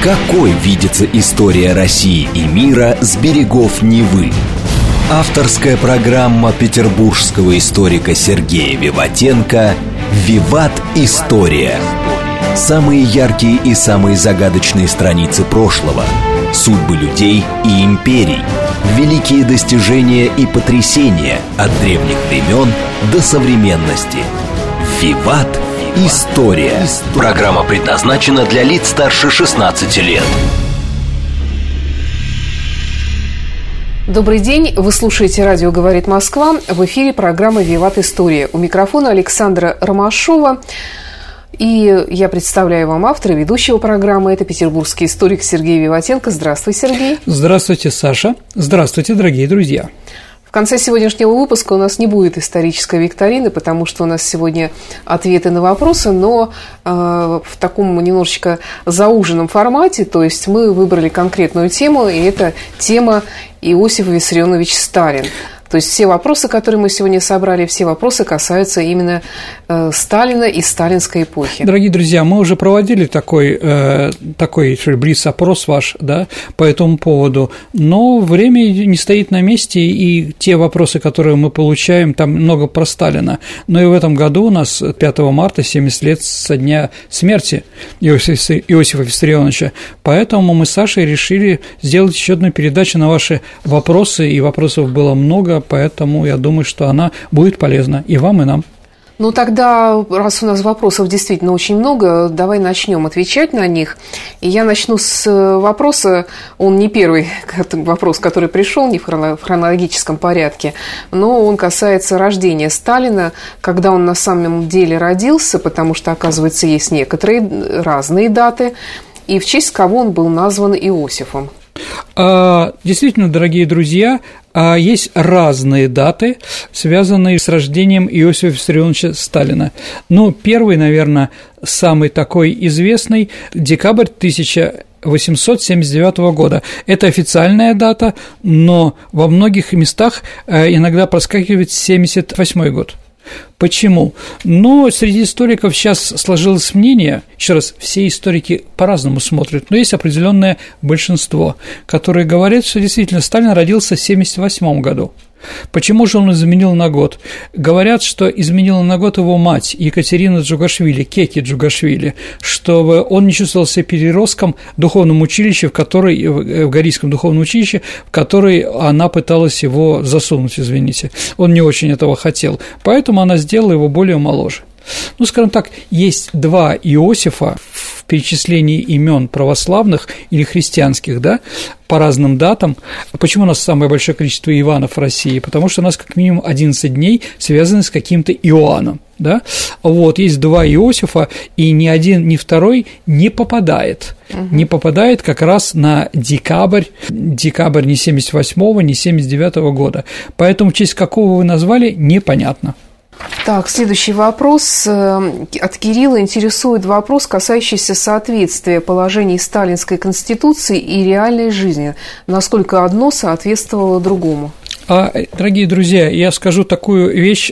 Какой видится история России и мира с берегов Невы? Авторская программа петербургского историка Сергея Виватенко «Виват. История». Самые яркие и самые загадочные страницы прошлого, судьбы людей и империй, великие достижения и потрясения от древних времен до современности. «Виват. История». Программа предназначена для лиц старше 16 лет. Добрый день, вы слушаете «Радио говорит Москва», в эфире программа «Виват. История». У микрофона Александра Ромашова. И я представляю вам автора, ведущего программы. Это петербургский историк Сергей Виватенко. Здравствуй, Сергей. Здравствуйте, Саша. Здравствуйте, дорогие друзья. В конце сегодняшнего выпуска у нас не будет исторической викторины, потому что у нас сегодня ответы на вопросы, но в таком немножечко зауженном формате. То есть мы выбрали конкретную тему, и это тема Иосиф Виссарионович Сталин. То есть все вопросы, которые мы сегодня собрали, все вопросы касаются именно Сталина и сталинской эпохи. Дорогие друзья, мы уже проводили такой блиц-опрос ваш, да, по этому поводу, но время не стоит на месте, и те вопросы, которые мы получаем, там много про Сталина. Но и в этом году у нас 5 марта 70 лет со дня смерти Иосифа Виссарионовича, поэтому мы с Сашей решили сделать еще одну передачу на ваши вопросы, и вопросов было много, поэтому я думаю, что она будет полезна и вам, и нам. Ну, тогда, раз у нас вопросов действительно очень много, давай начнем отвечать на них. И я начну с вопроса, он не первый вопрос, который пришел, не в хронологическом порядке, но он касается рождения Сталина, когда он на самом деле родился, потому что, оказывается, есть некоторые разные даты, и в честь кого он был назван Иосифом. Действительно, дорогие друзья, есть разные даты, связанные с рождением Иосифа Виссарионовича Сталина. Ну, первый, наверное, самый такой известный – декабрь 1879 года. Это официальная дата, но во многих местах иногда проскакивает 78 год. Почему? Но среди историков сейчас сложилось мнение, еще раз, все историки по-разному смотрят, но есть определенное большинство, которые говорят, что действительно Сталин родился в 1978 году. Почему же он изменил на год? Говорят, что изменила на год его мать Екатерина Джугашвили, Кеки Джугашвили, чтобы он не чувствовал себя переростком в духовном училище, в Горийском духовном училище, в который она пыталась его засунуть, извините. Он не очень этого хотел, поэтому она сделала его более моложе. Ну, скажем так, есть два Иосифа в перечислении имен православных или христианских, да, по разным датам. Почему у нас самое большое количество Иванов в России? Потому что у нас как минимум 11 дней связаны с каким-то Иоанном, да. Вот, есть два Иосифа, и ни один, ни второй не попадает. Не попадает как раз на декабрь не 78-го, не 79-го года. Поэтому в честь какого вы назвали, непонятно. Так, следующий вопрос от Кирилла. Интересует вопрос, касающийся соответствия положений Сталинской Конституции и реальной жизни. Насколько одно соответствовало другому? Дорогие друзья, я скажу такую вещь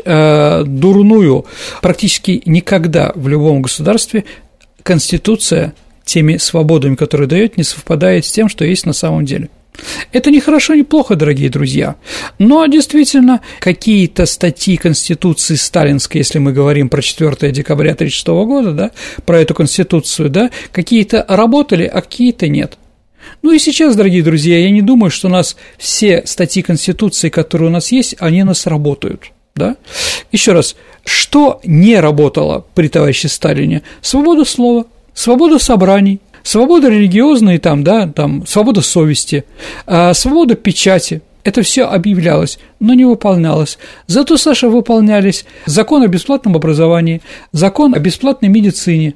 дурную. Практически никогда в любом государстве Конституция теми свободами, которые дает, не совпадает с тем, что есть на самом деле. Это не хорошо, не плохо, дорогие друзья, но действительно какие-то статьи Конституции сталинской, если мы говорим про 4 декабря 1936 года, да, про эту Конституцию, да, какие-то работали, а какие-то нет. Ну и сейчас, дорогие друзья, я не думаю, что у нас все статьи Конституции, которые у нас есть, они у нас работают, да. Еще раз, что не работало при товарище Сталине? Свобода слова, свобода собраний, свобода религиозная, свобода совести, свобода печати. Это все объявлялось, но не выполнялось. Зато, Саша, выполнялись закон о бесплатном образовании, закон о бесплатной медицине,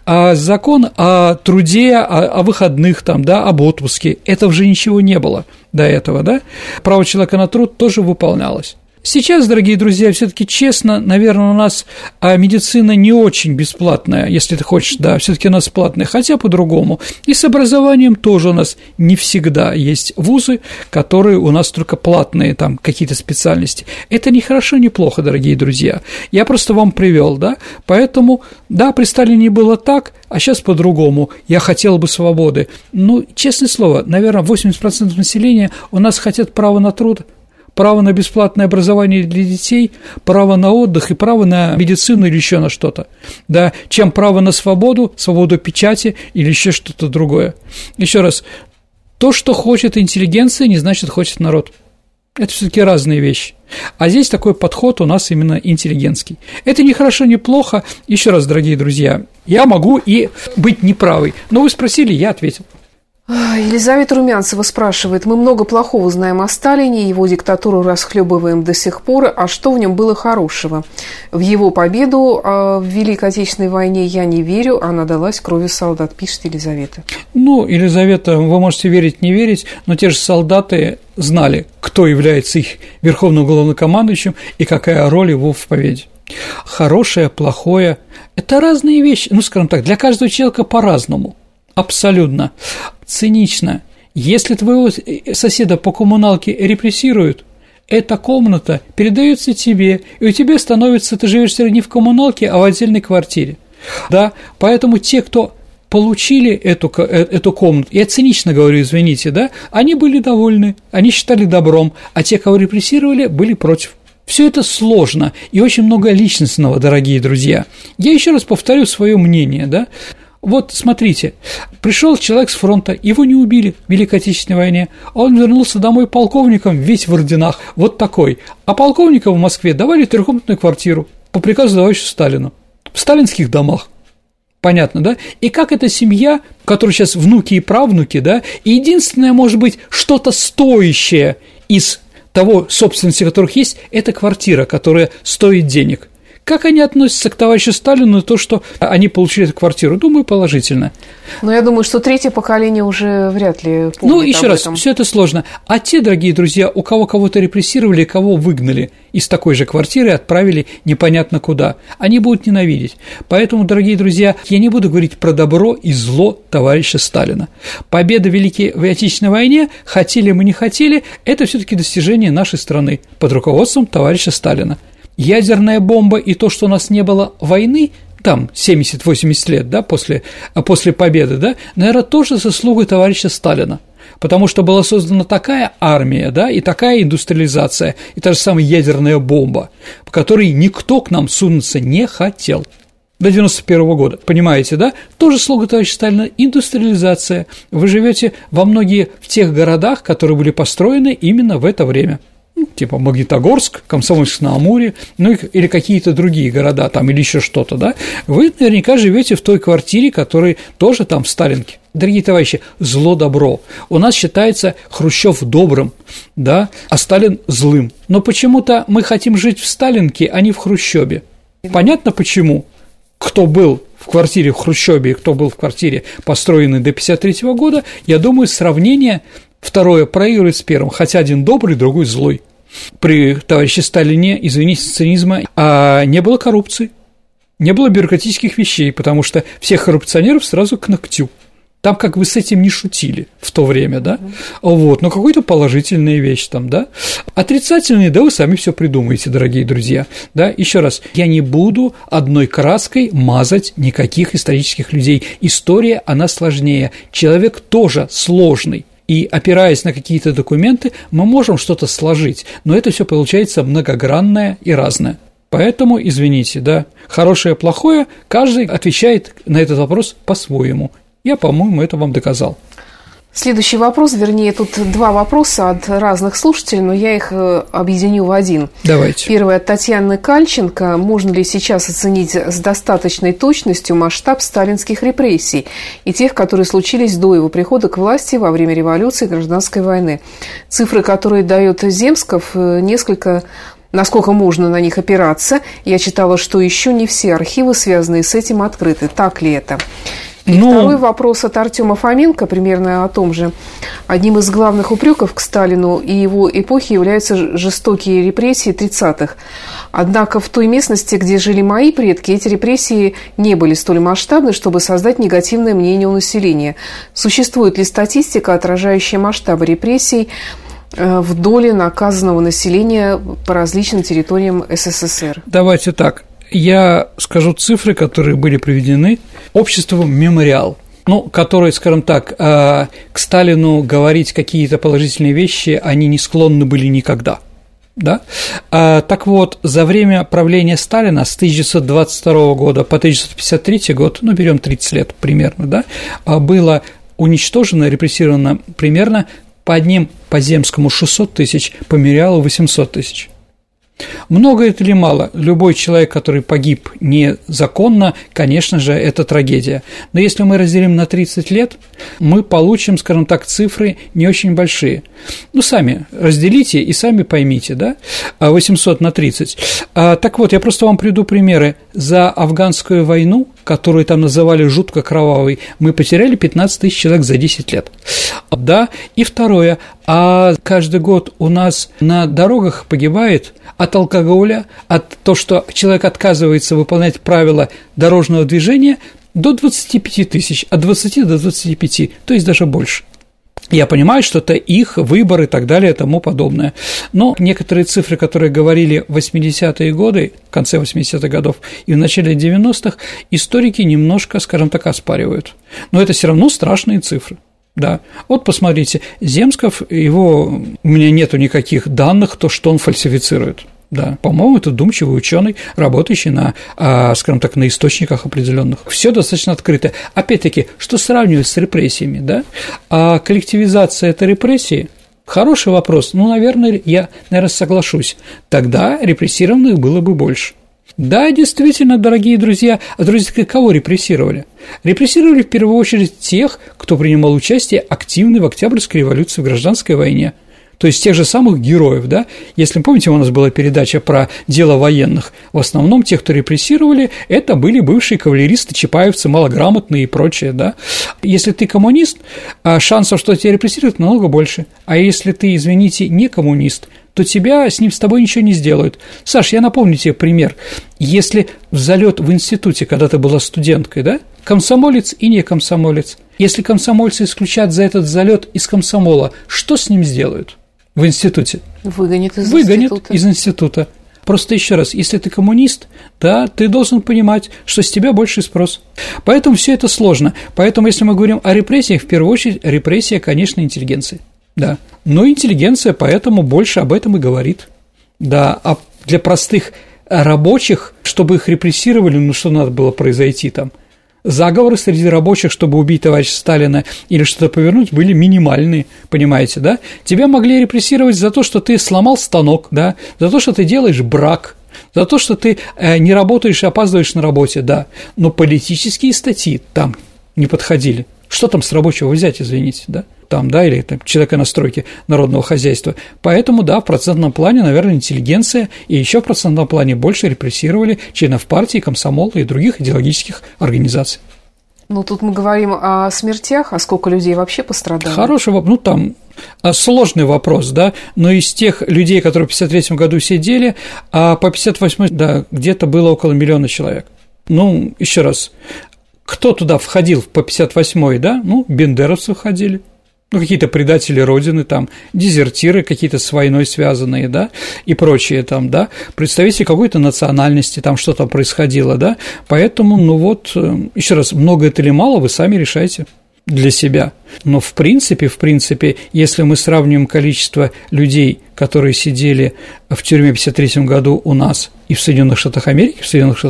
закон о труде, о выходных, об отпуске. Этого же ничего не было до этого, да? Право человека на труд тоже выполнялось. Сейчас, дорогие друзья, все-таки честно, наверное, у нас медицина не очень бесплатная, если ты хочешь, да, все-таки у нас платная, хотя по-другому. И с образованием тоже у нас не всегда есть вузы, которые у нас только платные, там какие-то специальности. Это не хорошо, не плохо, дорогие друзья. Я просто вам привел, да, поэтому, да, при Сталине было так, а сейчас по-другому. Я хотел бы свободы. Ну, честное слово, наверное, 80% населения у нас хотят права на труд, право на бесплатное образование для детей, право на отдых и право на медицину или еще на что-то, да, чем право на свободу, свободу печати или еще что-то другое. Еще раз, то, что хочет интеллигенция, не значит хочет народ. Это все-таки разные вещи. А здесь такой подход у нас именно интеллигентский. Это не хорошо, не плохо. Еще раз, дорогие друзья, я могу и быть неправой, но вы спросили, я ответил. Елизавета Румянцева спрашивает: мы много плохого знаем о Сталине, его диктатуру расхлебываем до сих пор, а что в нем было хорошего? В его победу в Великой Отечественной войне я не верю, она далась кровью солдат, пишет Елизавета. Ну, Елизавета, вы можете верить, не верить, но те же солдаты знали, кто является их верховным главнокомандующим и какая роль его в победе. Хорошее, плохое – это разные вещи, ну, скажем так, для каждого человека по-разному. Абсолютно. Цинично. Если твоего соседа по коммуналке репрессируют, эта комната передается тебе, и у тебя становится, ты живешь не в коммуналке, а в отдельной квартире. Да? Поэтому те, кто получили эту комнату, я цинично говорю, извините, да, они были довольны, они считали добром, а те, кого репрессировали, были против. Все это сложно и очень много личностного, дорогие друзья. Я еще раз повторю свое мнение, да. Вот, смотрите, пришел человек с фронта, его не убили в Великой Отечественной войне, он вернулся домой полковником, весь в орденах, вот такой. А полковникам в Москве давали трехкомнатную квартиру по приказу товарища Сталина в сталинских домах. Понятно, да? И как эта семья, в которой сейчас внуки и правнуки, да, и единственное, может быть, что-то стоящее из того собственности, которых есть, это квартира, которая стоит денег. Как они относятся к товарищу Сталину, то, что они получили эту квартиру? Думаю, положительно. Но я думаю, что третье поколение уже вряд ли помнит. Ну, еще раз, все это сложно. А те, дорогие друзья, у кого кого-то репрессировали, кого выгнали из такой же квартиры и отправили непонятно куда, они будут ненавидеть. Поэтому, дорогие друзья, я не буду говорить про добро и зло товарища Сталина. Победа в Великой Отечественной войне, хотели мы, не хотели, это все-таки достижение нашей страны под руководством товарища Сталина. Ядерная бомба и то, что у нас не было войны, там 70-80 лет, да, после победы, да, наверное, тоже заслуга товарища Сталина, потому что была создана такая армия, да, и такая индустриализация, и та же самая ядерная бомба, по которой никто к нам сунуться не хотел до 91 года, понимаете, да, тоже слуга товарища Сталина, индустриализация, вы живете во многие в тех городах, которые были построены именно в это время. Типа Магнитогорск, Комсомольск-на-Амуре, ну или какие-то другие города там или еще что-то, да, вы наверняка живете в той квартире, которая тоже там в Сталинке. Дорогие товарищи, зло-добро. У нас считается Хрущев добрым, да, а Сталин злым. Но почему-то мы хотим жить в Сталинке, а не в Хрущебе. Понятно почему? Кто был в квартире в Хрущебе и кто был в квартире, построенной до 1953 года, я думаю, сравнение второе проигрывает с первым, хотя один добрый, другой злой. При товарище Сталине, извините, цинизма, не было коррупции, не было бюрократических вещей, потому что всех коррупционеров сразу к ногтю. Там как бы с этим не шутили в то время, да, вот, но какая-то положительная вещь там, да, отрицательные, да, вы сами все придумаете, дорогие друзья, да, еще раз, я не буду одной краской мазать никаких исторических людей, история, она сложнее, человек тоже сложный. И, опираясь на какие-то документы, мы можем что-то сложить, но это все получается многогранное и разное. Поэтому, извините, да, хорошее, плохое, каждый отвечает на этот вопрос по-своему. Я, по-моему, это вам доказал. Следующий вопрос, вернее, тут два вопроса от разных слушателей, но я их объединю в один. Давайте. Первый от Татьяны Кальченко. Можно ли сейчас оценить с достаточной точностью масштаб сталинских репрессий и тех, которые случились до его прихода к власти во время революции и гражданской войны? Цифры, которые дает Земсков, несколько... Насколько можно на них опираться? Я читала, что еще не все архивы, связанные с этим, открыты. Так ли это? Второй вопрос от Артема Фоменко, примерно о том же. Одним из главных упреков к Сталину и его эпохе являются жестокие репрессии 30-х. Однако в той местности, где жили мои предки, эти репрессии не были столь масштабны, чтобы создать негативное мнение у населения. Существует ли статистика, отражающая масштабы репрессий в доле наказанного населения по различным территориям СССР? Давайте так. Я скажу цифры, которые были приведены обществом «Мемориал», которые, скажем так, к Сталину говорить какие-то положительные вещи они не склонны были никогда. Да? Так вот, за время правления Сталина с 1922 года по 1953 год, берем 30 лет примерно, да, было уничтожено, репрессировано примерно по земскому 600 тысяч, по мемориалу 800 тысяч. Много это или мало? Любой человек, который погиб незаконно, конечно же, это трагедия. Но если мы разделим на 30 лет, мы получим, скажем так, цифры не очень большие. Сами разделите и сами поймите, да, 800 на 30. Так вот, я просто вам приведу примеры. За афганскую войну, которую там называли жутко кровавой, мы потеряли 15 тысяч человек за 10 лет. Да, и второе, каждый год у нас на дорогах погибает от алкоголя, от того, что человек отказывается выполнять правила дорожного движения, до 25 тысяч, от 20 до 25, то есть даже больше. Я понимаю, что это их выбор и так далее и тому подобное. Но некоторые цифры, которые говорили в 80-е годы, в конце 80-х годов и в начале 90-х, историки немножко, скажем так, оспаривают. Но это все равно страшные цифры. Да, вот посмотрите, Земсков, у меня нету никаких данных, что он фальсифицирует. Да, по-моему, это вдумчивый ученый, работающий на, скажем так, на источниках определенных. Все достаточно открыто. Опять-таки, что сравнивать с репрессиями, да? Коллективизация – это репрессии? Хороший вопрос. Наверное, я соглашусь. Тогда репрессированных было бы больше. Да, действительно, дорогие друзья, кого репрессировали? Репрессировали в первую очередь тех, кто принимал участие активно в Октябрьской революции, в гражданской войне. То есть тех же самых героев, да? Если помните, у нас была передача про дело военных. В основном тех, кто репрессировали, это были бывшие кавалеристы, чапаевцы, малограмотные и прочее, да? Если ты коммунист, шансов, что тебя репрессируют, намного больше. А если ты, извините, не коммунист, то с тобой ничего не сделают. Саш, я напомню тебе пример. Если в залет в институте, когда ты была студенткой, да, комсомолец и не комсомолец, если комсомольцы исключат за этот залет из комсомола, что с ним сделают в институте? Выгонят из института. Просто еще раз, если ты коммунист, да, ты должен понимать, что с тебя больший спрос. Поэтому все это сложно. Поэтому, если мы говорим о репрессиях, в первую очередь репрессия, конечно, интеллигенции. Да, но интеллигенция поэтому больше об этом и говорит. Да, а для простых рабочих, чтобы их репрессировали, что надо было произойти там? Заговоры среди рабочих, чтобы убить товарища Сталина или что-то повернуть, были минимальные, понимаете, да? Тебя могли репрессировать за то, что ты сломал станок, да, за то, что ты делаешь брак, за то, что ты не работаешь и опаздываешь на работе, да, но политические статьи там не подходили. Что там с рабочего взять, извините, да? Там, да, или там, человека на стройке народного хозяйства. Поэтому, да, в процентном плане, наверное, интеллигенция и еще в процентном плане больше репрессировали членов партии, комсомола и других идеологических организаций. Тут мы говорим о смертях, а сколько людей вообще пострадало? Хороший вопрос, там сложный вопрос, да, но из тех людей, которые в 1953 году сидели, по 1958, да, где-то было около 1 миллиона человек. Еще раз, кто туда входил по 58-й, да, бендеровцы входили. Какие-то предатели Родины, там, дезертиры какие-то с войной связанные, да, и прочие там, да, представители какой-то национальности, там, что там происходило, да, поэтому, еще раз, много это или мало, вы сами решайте для себя. Но в принципе, если мы сравним количество людей, которые сидели в тюрьме в 1953 году у нас и в Соединенных Штатах Америки,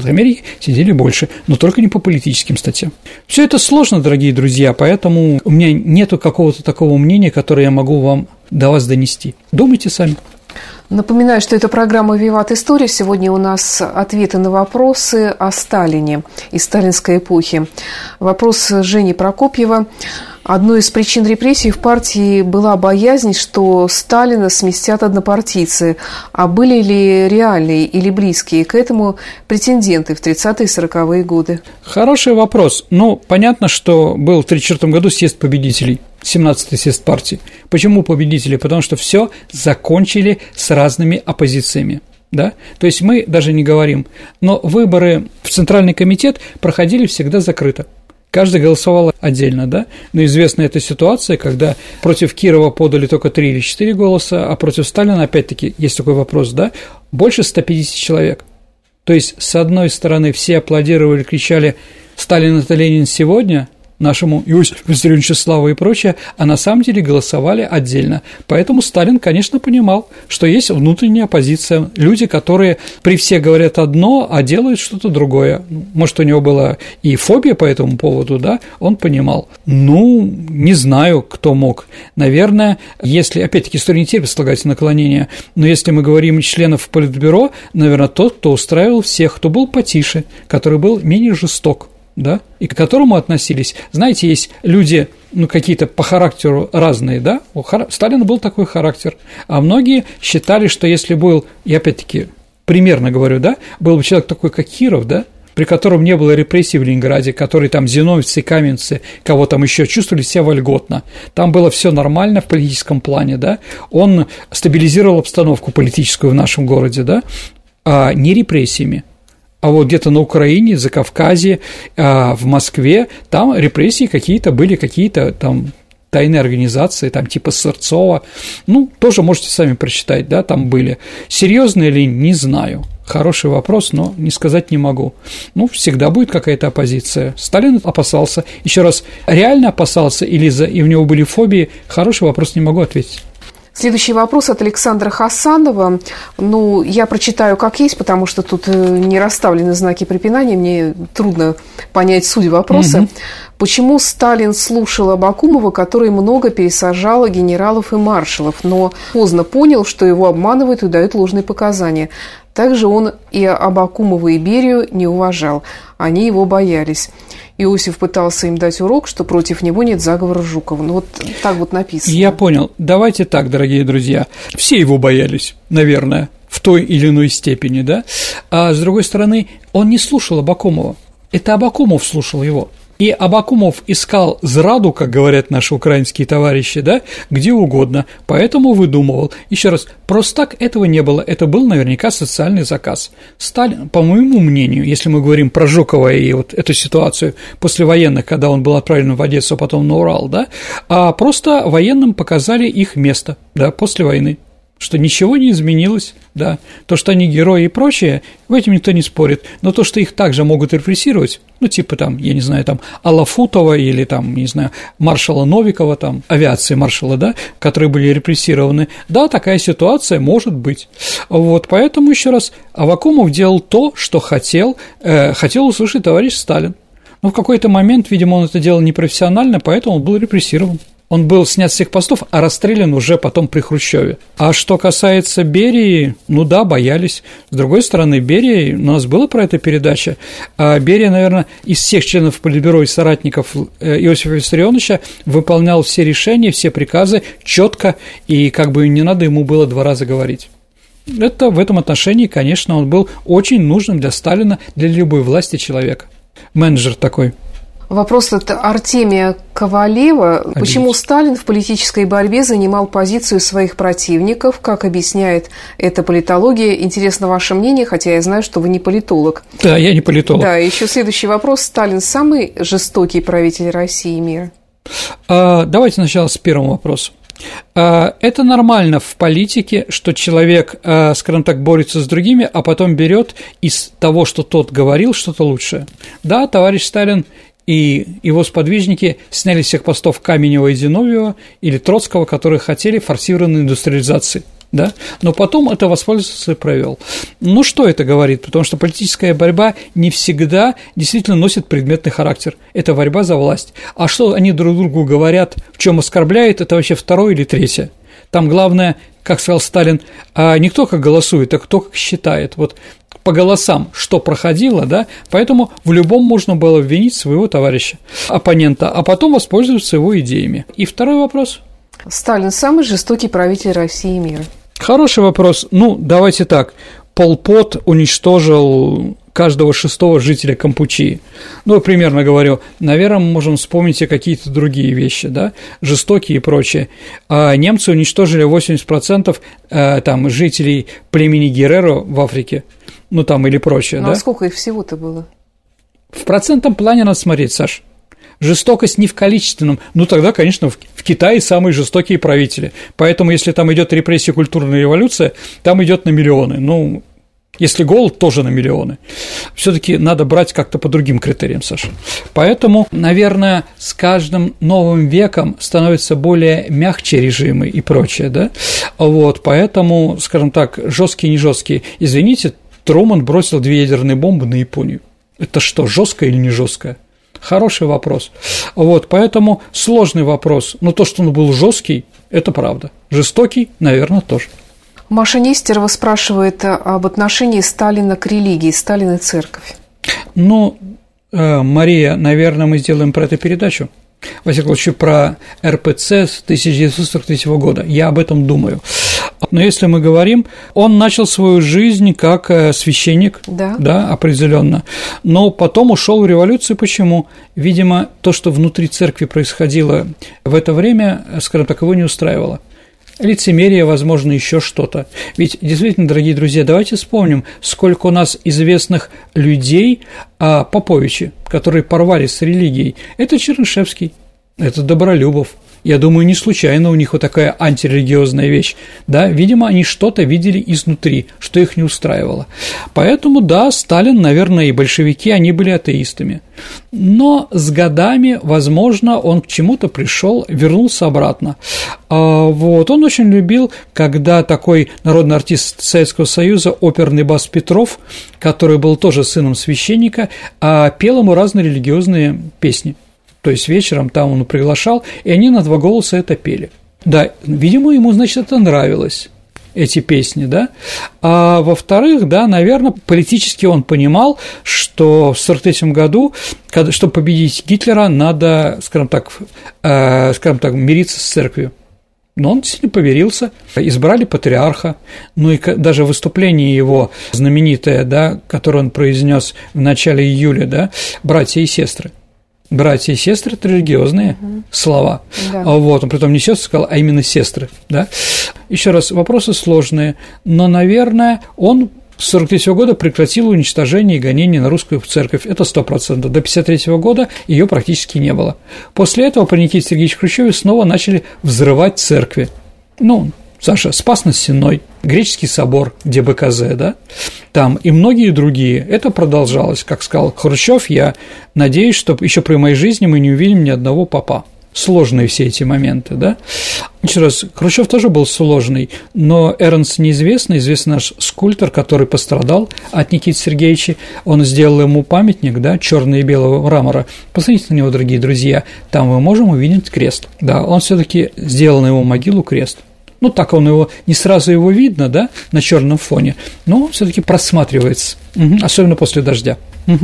сидели больше, но только не по политическим статьям. Все это сложно, дорогие друзья, поэтому у меня нету какого-то такого мнения, которое я могу до вас донести. Думайте сами. Напоминаю, что это программа «Виват. История». Сегодня у нас ответы на вопросы о Сталине и сталинской эпохе. Вопрос Жени Прокопьева. одной из причин репрессий в партии была боязнь, что Сталина сместят однопартийцы. А были ли реальные или близкие к этому претенденты в 30-е и 40-е годы? Хороший вопрос. Понятно, что был в 1934 году съезд победителей, 17-й съезд партии. Почему победители? Потому что все закончили с разными оппозициями. Да? То есть мы даже не говорим, но выборы в Центральный комитет проходили всегда закрыто. Каждый голосовал отдельно, да? Но известна эта ситуация, когда против Кирова подали только 3 или 4 голоса, а против Сталина, опять-таки, есть такой вопрос, да, больше 150 человек. То есть, с одной стороны, все аплодировали, кричали «Сталин – это Ленин сегодня», нашему Иосифу Виссарионовичу славу и прочее, а на самом деле голосовали отдельно. Поэтому Сталин, конечно, понимал, что есть внутренняя оппозиция, люди, которые при всех говорят одно, а делают что-то другое. Может, у него была и фобия по этому поводу, да, он понимал. Не знаю, кто мог. Наверное, если, опять-таки, история не терпит слагательного наклонения, но если мы говорим о членов Политбюро, наверное, тот, кто устраивал всех, кто был потише, который был менее жесток, да, и к которому относились. Знаете, есть люди, какие-то по характеру разные, да, у Сталина был такой характер, а многие считали, что если был, я опять-таки примерно говорю, да, был бы человек такой, как Киров, да, при котором не было репрессий в Ленинграде, которые там зиновьевцы, каменцы, кого там еще чувствовали себя вольготно, там было все нормально в политическом плане, да, он стабилизировал обстановку политическую в нашем городе, да, а не репрессиями. А вот где-то на Украине, Закавказье, в Москве, там репрессии какие-то были, какие-то там тайные организации, там типа Сырцова, тоже можете сами прочитать, да, там были. Серьезные ли, не знаю. Хороший вопрос, но не сказать не могу. Всегда будет какая-то оппозиция. Сталин опасался. Еще раз, реально опасался и у него были фобии? Хороший вопрос, не могу ответить. Следующий вопрос от Александра Хасанова. Я прочитаю как есть, потому что тут не расставлены знаки препинания, мне трудно понять суть вопроса. Почему Сталин слушал Абакумова, который много пересажал генералов и маршалов, но поздно понял, что его обманывают и дают ложные показания? Также он и Абакумова, и Берию не уважал, они его боялись. Иосиф пытался им дать урок, что против него нет заговора Жукова. Так вот написано. Я понял. Давайте так, дорогие друзья. Все его боялись, наверное, в той или иной степени, да? А с другой стороны, он не слушал Абакумова. Это Абакумов слушал его. И Абакумов искал зраду, как говорят наши украинские товарищи, да, где угодно, поэтому выдумывал. Еще раз, просто так этого не было, это был наверняка социальный заказ. Сталин, по моему мнению, если мы говорим про Жукова и вот эту ситуацию послевоенных, когда он был отправлен в Одессу, а потом на Урал, да, а просто военным показали их место, да, после войны, что ничего не изменилось, да, то, что они герои и прочее, в этом никто не спорит, но то, что их также могут репрессировать, типа там, я не знаю, там, Алафутова или там, не знаю, маршала Новикова, там, авиации маршала, да, которые были репрессированы, да, такая ситуация может быть, вот, поэтому, еще раз, Аввакумов делал то, что хотел услышать товарищ Сталин, но в какой-то момент, видимо, он это делал непрофессионально, поэтому он был репрессирован. Он был снят с всех постов, а расстрелян уже потом при Хрущеве. А что касается Берии, да, боялись. С другой стороны, Берия, у нас была про это передача, Берия, наверное, из всех членов Политбюро и соратников Иосифа Виссарионовича выполнял все решения, все приказы четко, и как бы не надо ему было 2 раза говорить. Это в этом отношении, конечно, он был очень нужным для Сталина, для любой власти человека. Менеджер такой. Вопрос от Артемия Ковалева. Почему Сталин в политической борьбе занимал позицию своих противников? Как объясняет это политология? Интересно ваше мнение, хотя я знаю, что вы не политолог. Да, я не политолог. Да, еще следующий вопрос. Сталин самый жестокий правитель России и мира? Давайте сначала с первого вопроса. Это нормально в политике, что человек, скажем так, борется с другими, а потом берет из того, что тот говорил, что-то лучшее. Да, товарищ Сталин и его сподвижники сняли с всех постов Каменева и Зиновьева или Троцкого, которые хотели форсированной индустриализации, да, но потом это воспользовался и провел. Что это говорит? Потому что политическая борьба не всегда действительно носит предметный характер. Это борьба за власть. А что они друг другу говорят, в чем оскорбляют, это вообще второе или третье. Там главное как сказал Сталин, не кто как голосует, а кто как считает. Вот по голосам, что проходило, да, поэтому в любом можно было обвинить своего товарища, оппонента, а потом воспользоваться его идеями. И второй вопрос. Сталин – самый жестокий правитель России и мира. Хороший вопрос. Ну, давайте так. Пол Пот уничтожил каждого шестого жителя Кампучии. Ну, примерно говорю, наверное, мы можем вспомнить и какие-то другие вещи, да, жестокие и прочее. А немцы уничтожили 80% там жителей племени Герреро в Африке, ну, там, или прочее, да. А сколько их всего-то было? В процентном плане надо смотреть, Саш. Жестокость не в количественном, ну тогда, конечно, в Китае самые жестокие правители. Поэтому, если там идет репрессия, культурная революция, там идет на миллионы. Ну, если голод, тоже на миллионы. Все-таки надо брать как-то по другим критериям, Саша. Поэтому, наверное, с каждым новым веком становятся более мягче режимы и прочее, да. Вот, поэтому, скажем так, жесткие, не жесткие. Извините, Труман бросил 2 ядерные бомбы на Японию. Это что, жестко или не жесткое? Хороший вопрос. Вот, поэтому сложный вопрос. Но то, что он был жесткий, это правда. Жестокий, наверное, тоже. Маша Нестерова спрашивает об отношении Сталина к религии, Сталин и церковь. Ну, Мария, наверное, мы сделаем про это передачу. Во всяком случае, про РПЦ с 1943 года. Я об этом думаю. Но если мы говорим, он начал свою жизнь как священник, да, определенно, но потом ушел в революцию. Почему? Видимо, то, что внутри церкви происходило в это время, скажем так, его не устраивало. Лицемерие, возможно, еще что-то. Ведь, действительно, дорогие друзья, давайте вспомним, сколько у нас известных людей, Поповичи, которые порвались с религией. Это Чернышевский, это Добролюбов. Я думаю, не случайно у них вот такая антирелигиозная вещь, да, видимо, они что-то видели изнутри, что их не устраивало. Поэтому, да, Сталин, наверное, и большевики, они были атеистами. Но с годами, возможно, он к чему-то пришел, вернулся обратно. Вот, он очень любил, когда такой народный артист Советского Союза, оперный бас Петров, который был тоже сыном священника, пел ему разные религиозные песни. То есть вечером там он приглашал, и они на 2 голоса это пели. Да, видимо, ему, значит, это нравилось, эти песни, да. А во-вторых, да, наверное, политически он понимал, что в 1943 году, чтобы победить Гитлера, надо, скажем так, мириться с церковью. Но он действительно помирился, избрали патриарха, ну и даже выступление его знаменитое, да, которое он произнес в начале июля, да, «Братья и сестры». Братья и сестры – это религиозные слова. Да. Вот, он притом не сестры сказал, а именно сестры. Да? Еще раз, вопросы сложные, но, наверное, он с 1943 года прекратил уничтожение и гонение на русскую церковь. Это 100%. До 1953 года ее практически не было. После этого при Никите Сергеевиче Хрущеве снова начали взрывать церкви. Ну, Саша, Спас-на-Сенной, Греческий собор, где БКЗ, да, там и многие другие. Это продолжалось, как сказал Хрущев, я надеюсь, что еще при моей жизни мы не увидим ни одного папа. Сложные все эти моменты, да. Еще раз, Хрущев тоже был сложный, но Эрнст неизвестный, известный наш скульптор, который пострадал от Никиты Сергеевича, он сделал ему памятник, да, черного и белого мрамора. Посмотрите на него, дорогие друзья, там мы можем увидеть крест, да, он все-таки сделал на его могилу крест. Ну, так он его, не сразу его видно, да, на черном фоне, но он все-таки просматривается, особенно после дождя.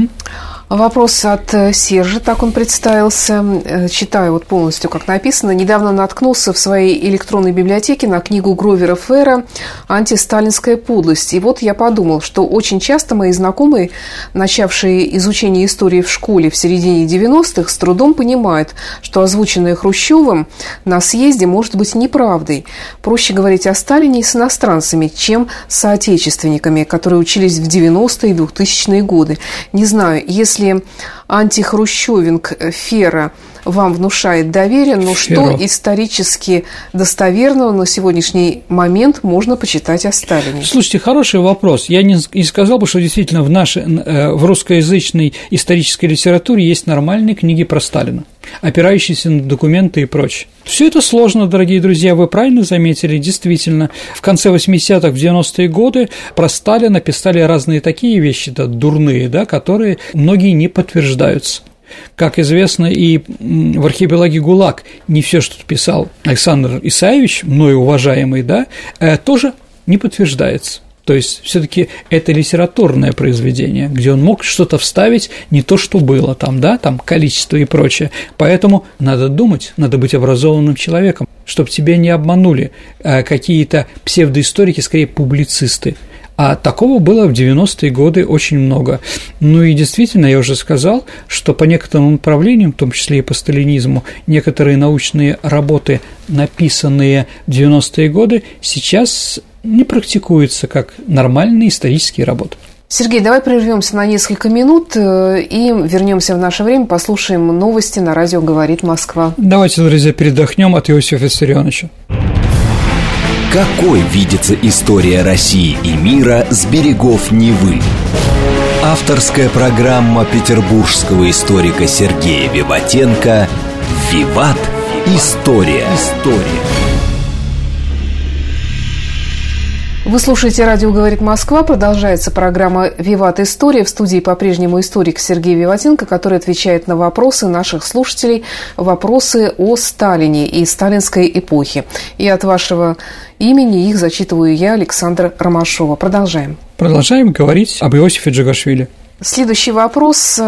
Вопрос от Сержа, так он представился, читаю вот полностью, как написано. Недавно наткнулся в своей электронной библиотеке на книгу Гровера Ферра «Антисталинская подлость». И вот я подумал, что очень часто мои знакомые, начавшие изучение истории в школе в середине 90-х, с трудом понимают, что озвученное Хрущевым на съезде может быть неправдой. Проще говорить о Сталине с иностранцами, чем с соотечественниками, которые учились в 90-е и 2000-е годы. Не знаю, если антихрущевинг Ферра вам внушает доверие, но что исторически достоверного на сегодняшний момент можно почитать о Сталине? Слушайте, хороший вопрос. Я не сказал бы, что действительно в русскоязычной исторической литературе есть нормальные книги про Сталина, опирающиеся на документы и прочее. Все это сложно, дорогие друзья, вы правильно заметили, действительно. В конце 80-х, в 90-е годы про Сталина писали разные такие вещи, да, дурные, да, которые многие не подтверждаются. Как известно, и в архипелаге ГУЛАГ не все, что писал Александр Исаевич, мною уважаемый, да, тоже не подтверждается. То есть все-таки это литературное произведение, где он мог что-то вставить, не то, что было там, да, там количество и прочее. Поэтому надо думать, надо быть образованным человеком, чтобы тебя не обманули какие-то псевдоисторики, скорее публицисты. А такого было в 90-е годы очень много. Ну и действительно, я уже сказал, что по некоторым направлениям, в том числе и по сталинизму, некоторые научные работы, написанные в 90-е годы, сейчас не практикуются как нормальные исторические работы. Сергей, давай прервемся на несколько минут и вернемся в наше время, послушаем новости на радио «Говорит Москва». Давайте, друзья, передохнем от Иосифа Виссарионовича. Какой видится история России и мира с берегов Невы? Авторская программа петербургского историка Сергея Виватенко «Виват. История». Вы слушаете «Радио говорит Москва». Продолжается программа «Виват. История». В студии по-прежнему историк Сергей Виватенко, который отвечает на вопросы наших слушателей, вопросы о Сталине и сталинской эпохе. И от вашего имени их зачитываю я, Александра Ромашова. Продолжаем. Продолжаем говорить об Иосифе Джигашвили. Следующий вопрос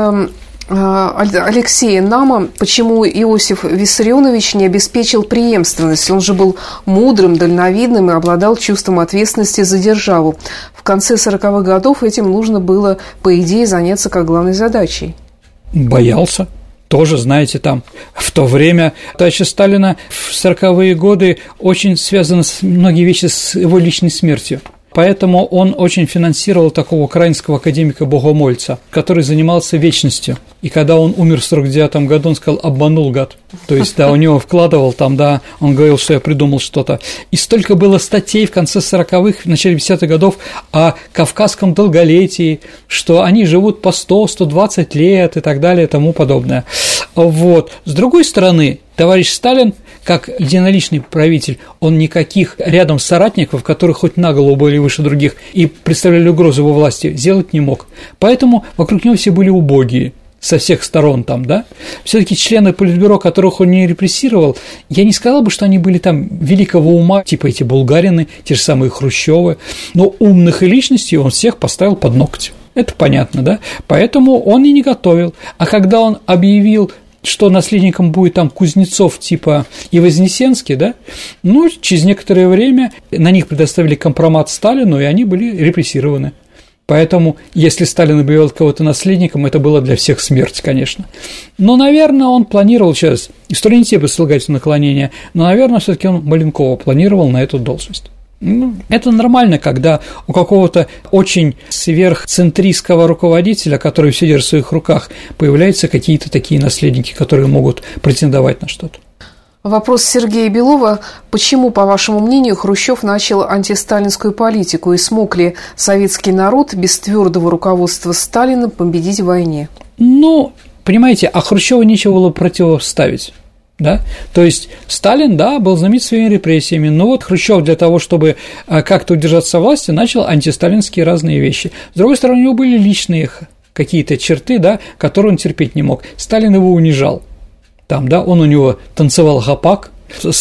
Алексея Нама. Почему Иосиф Виссарионович не обеспечил преемственность? Он же был мудрым, дальновидным и обладал чувством ответственности за державу. В конце 40-х годов этим нужно было, по идее, заняться как главной задачей. Боялся. Тоже, знаете, там в то время товарища Сталина в 40-е годы очень связаны многие вещи с его личной смертью. Поэтому он очень финансировал такого украинского академика-богомольца, который занимался вечностью. И когда он умер в 49-м году, он сказал: обманул, гад. То есть, да, у него вкладывал там, да, он говорил, что я придумал что-то. И столько было статей в конце 40-х, в начале 50-х годов о кавказском долголетии, что они живут по 100-120 лет и так далее и тому подобное. Вот. С другой стороны, товарищ Сталин, как единоличный правитель, он никаких рядом соратников, которые хоть на голову были выше других и представляли угрозу его власти, сделать не мог. Поэтому вокруг него все были убогие со всех сторон там, да. Все-таки члены Политбюро, которых он не репрессировал, я не сказал бы, что они были там великого ума, типа эти Булгарины, те же самые Хрущёвы, но умных и личностей он всех поставил под ногти. Это понятно, да? Поэтому он и не готовил. А когда он объявил, что наследником будет там Кузнецов типа и Вознесенский, да, ну, через некоторое время на них предоставили компромат Сталину, и они были репрессированы. Поэтому, если Сталин объявил кого-то наследником, это было для всех смерть, конечно. Но, наверное, он планировал сейчас, история не те слагательные наклонения, но, наверное, все-таки он Маленкова планировал на эту должность. Ну, это нормально, когда у какого-то очень сверхцентристского руководителя, который все держит в своих руках, появляются какие-то такие наследники, которые могут претендовать на что-то. Вопрос Сергея Белова. Почему, по вашему мнению, Хрущев начал антисталинскую политику, и смог ли советский народ без твердого руководства Сталина победить в войне? Ну, понимаете, а Хрущеву нечего было противоставить. Да? То есть Сталин, да, был знаменит своими репрессиями, но вот Хрущев для того, чтобы как-то удержаться в власти, начал антисталинские разные вещи. С другой стороны, у него были личные какие-то черты, да, которые он терпеть не мог. Сталин его унижал. Там, да, он у него танцевал гопак,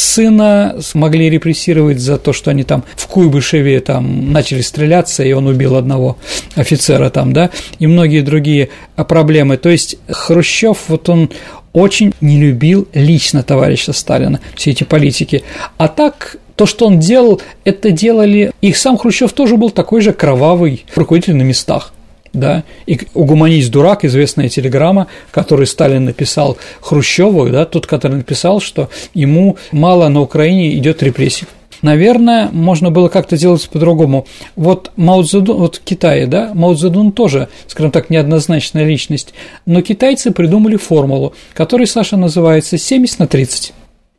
сына могли репрессировать за то, что они там в Куйбышеве там начали стреляться, и он убил одного офицера там, да, и многие другие проблемы. То есть Хрущев, вот он очень не любил лично товарища Сталина, все эти политики. А так, то, что он делал, это делали, и сам Хрущев тоже был такой же кровавый руководитель на местах. Да, и «Угомонись, дурак», известная телеграмма, которую Сталин написал Хрущеву, да, тот, который написал, что ему мало на Украине идет репрессий. Наверное, можно было как-то делать по-другому. Вот Мао Цзэдун, вот в Китае, да, Мао Цзэдун тоже, скажем так, неоднозначная личность, но китайцы придумали формулу, которая, Саша, называется 70/30.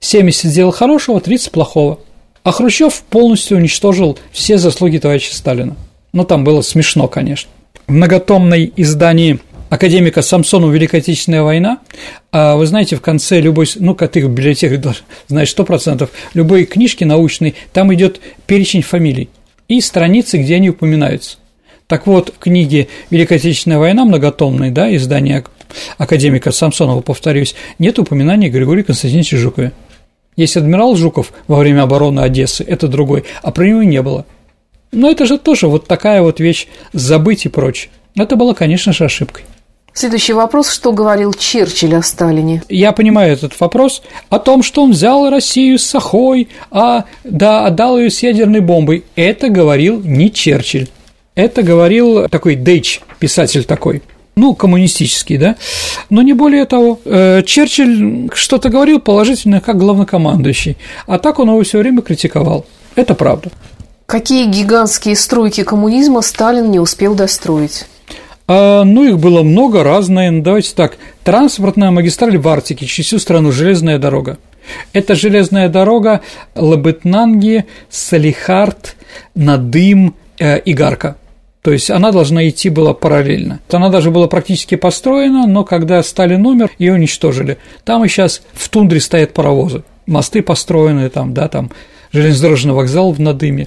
70 сделал хорошего, 30 плохого. А Хрущев полностью уничтожил все заслуги товарища Сталина. Ну, там было смешно, конечно. В многотомном издании академика Самсонова «Великая Отечественная война», вы знаете, в конце любой, ну, как ты в библиотеках знаешь 100%, любой книжки научной, там идет перечень фамилий и страницы, где они упоминаются. Так вот, в книге «Великая Отечественная война», многотомной, да, издание академика Самсонова, повторюсь, нет упоминания о Григории Константиновиче Жукове. Есть адмирал Жуков во время обороны Одессы, это другой, а про него не было. Но это же тоже вот такая вот вещь, забыть и прочее. Это было, конечно же, ошибкой. Следующий вопрос. Что говорил Черчилль о Сталине? Я понимаю этот вопрос о том, что он взял Россию с сахой, отдал ее с ядерной бомбой. Это говорил не Черчилль. Это говорил такой Дейч, писатель такой, коммунистический, да, но не более того. Черчилль что-то говорил положительно как главнокомандующий, а так он его все время критиковал. Это правда. Какие гигантские стройки коммунизма Сталин не успел достроить? Их было много, разные. Давайте так. Транспортная магистраль в Арктике, через всю страну, железная дорога. Это железная дорога Лабытнанги, Салихард, Надым, Игарка. То есть она должна идти была параллельно. Она даже была практически построена, но когда Сталин умер, ее уничтожили. Там и сейчас в тундре стоят паровозы, мосты построены, там железнодорожный вокзал в Надыме.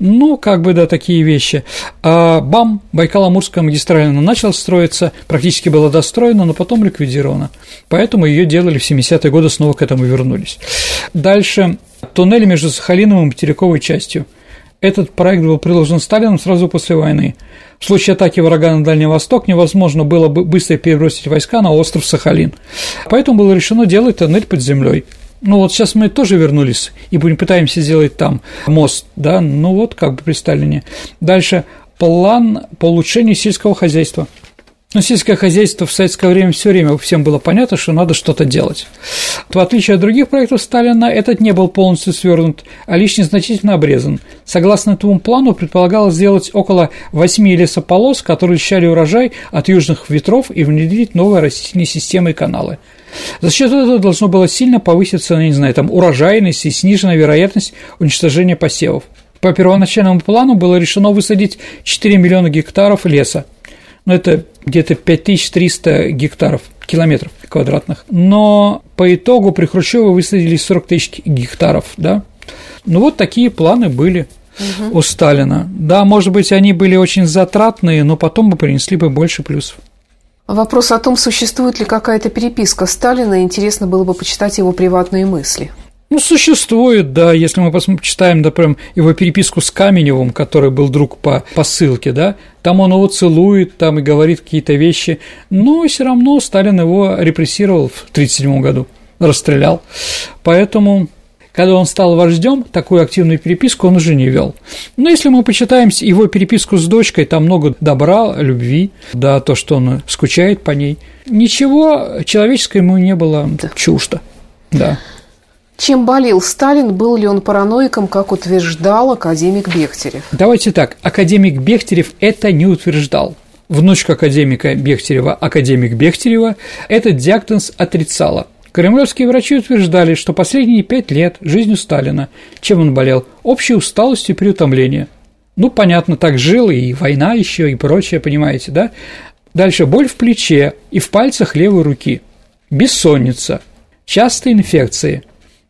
Такие вещи. БАМ, Байкало-Амурская магистраль, она начала строиться, практически была достроена, но потом ликвидирована. Поэтому ее делали в 70-е годы, снова к этому вернулись. Дальше туннель между Сахалином и материковой частью. Этот проект был предложен Сталином сразу после войны. В случае атаки врага на Дальний Восток невозможно было бы быстро перебросить войска на остров Сахалин. Поэтому было решено делать тоннель под землей. Сейчас мы тоже вернулись и пытаемся сделать там мост, да, при Сталине. Дальше план по улучшению сельского хозяйства. Сельское хозяйство в советское время всем было понятно, что надо что-то делать. В отличие от других проектов Сталина, этот не был полностью свернут, а лишь незначительно обрезан. Согласно этому плану, предполагалось сделать около 8 лесополос, которые защищали урожай от южных ветров, и внедрить новые растительные системы и каналы. За счет этого должно было сильно повыситься, урожайность и снижена вероятность уничтожения посевов. По первоначальному плану было решено высадить 4 миллиона гектаров леса. Это где-то 5300 километров квадратных. Но по итогу при Хрущёве высадили 40 тысяч гектаров, да. Такие планы были у Сталина. Да, может быть, они были очень затратные, но потом бы принесли бы больше плюсов. Вопрос о том, существует ли какая-то переписка Сталина, интересно было бы почитать его приватные мысли. Существует, да, если мы почитаем, например, его переписку с Каменевым, который был друг по ссылке, да, там он его целует, там и говорит какие-то вещи, но все равно Сталин его репрессировал в 1937 году, расстрелял, поэтому, когда он стал вождем, такую активную переписку он уже не вел. Но если мы почитаем его переписку с дочкой, там много добра, любви, да, то, что он скучает по ней, ничего человеческого ему не было чуждо, да. Чем болел Сталин, был ли он параноиком, как утверждал академик Бехтерев? Давайте так, академик Бехтерев это не утверждал. Внучка академика Бехтерева, академик Бехтерева, этот диагноз отрицала. Кремлевские врачи утверждали, что последние 5 лет жизнью Сталина, чем он болел, общей усталостью и переутомлением. Понятно, так жил, и война еще, и прочее, понимаете, да? Дальше боль в плече и в пальцах левой руки, бессонница, частые инфекции.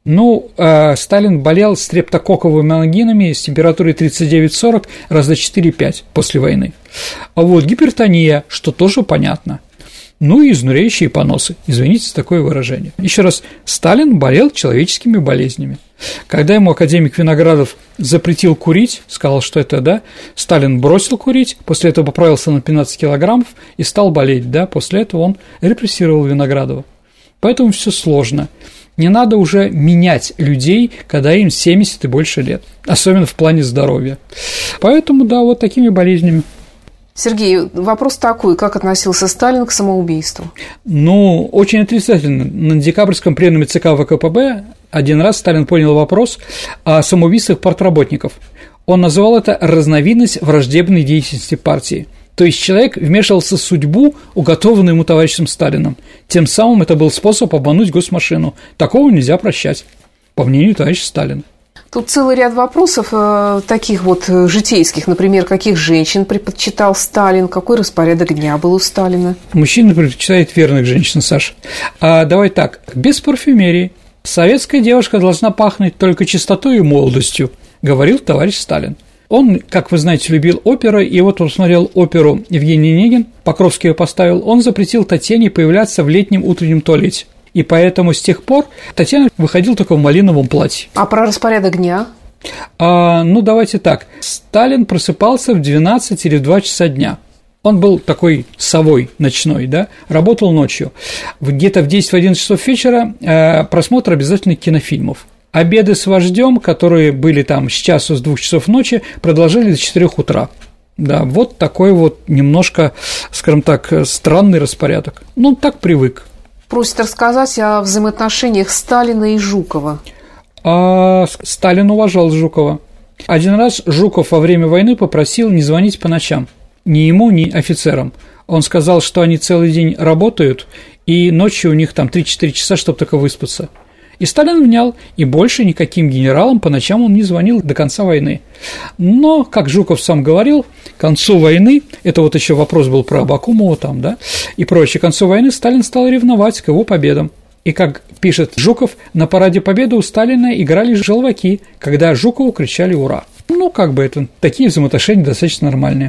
Сталин болел стрептококковыми ангинами с температурой 39-40 раза 4-5 после войны. Гипертония, что тоже понятно. И изнуряющие поносы, извините за такое выражение. Еще раз, Сталин болел человеческими болезнями. Когда ему академик Виноградов запретил курить, сказал, что это, да, Сталин бросил курить, после этого поправился на 15 килограммов и стал болеть, да, после этого он репрессировал Виноградова. Поэтому все сложно. Не надо уже менять людей, когда им 70 и больше лет, особенно в плане здоровья. Поэтому, да, такими болезнями. Сергей, вопрос такой, как относился Сталин к самоубийству? Очень отрицательно. На декабрьском пленуме ЦК ВКПБ один раз Сталин поднял вопрос о самоубийствах партработников. Он назвал это разновидность враждебной деятельности партии. То есть человек вмешивался в судьбу, уготованную ему товарищем Сталиным. Тем самым это был способ обмануть госмашину. Такого нельзя прощать, по мнению товарища Сталина. Тут целый ряд вопросов таких житейских, например, каких женщин предпочитал Сталин, какой распорядок дня был у Сталина? Мужчина предпочитает верных женщин, Саша. Давай так, без парфюмерии. Советская девушка должна пахнуть только чистотой и молодостью, говорил товарищ Сталин. Он, как вы знаете, любил оперы, и вот он смотрел оперу «Евгений Онегин», Покровский ее поставил, он запретил Татьяне появляться в летнем утреннем туалете. И поэтому с тех пор Татьяна выходила только в малиновом платье. А про распорядок дня? Давайте так. Сталин просыпался в 12 или в 2 часа дня. Он был такой совой ночной, да, работал ночью. Где-то в 10-11 часов вечера просмотр обязательно кинофильмов. Обеды с вождем, которые были там с часу, с 2 часов ночи, продолжали до 4 утра. Да, вот такой вот немножко, скажем так, странный распорядок. Ну, так привык. Просит рассказать о взаимоотношениях Сталина и Жукова. Сталин уважал Жукова. Один раз Жуков во время войны попросил не звонить по ночам. Ни ему, ни офицерам. Он сказал, что они целый день работают, и ночью у них там 3-4 часа, чтобы только выспаться. И Сталин внял, и больше никаким генералам по ночам он не звонил до конца войны. Но, как Жуков сам говорил, к концу войны, это вот еще вопрос был про Абакумова там, да, и прочее, к концу войны Сталин стал ревновать к его победам. И, как пишет Жуков, на параде Победы у Сталина играли желваки, когда Жукову кричали «Ура!». Ну, как бы это, такие взаимоотношения достаточно нормальные.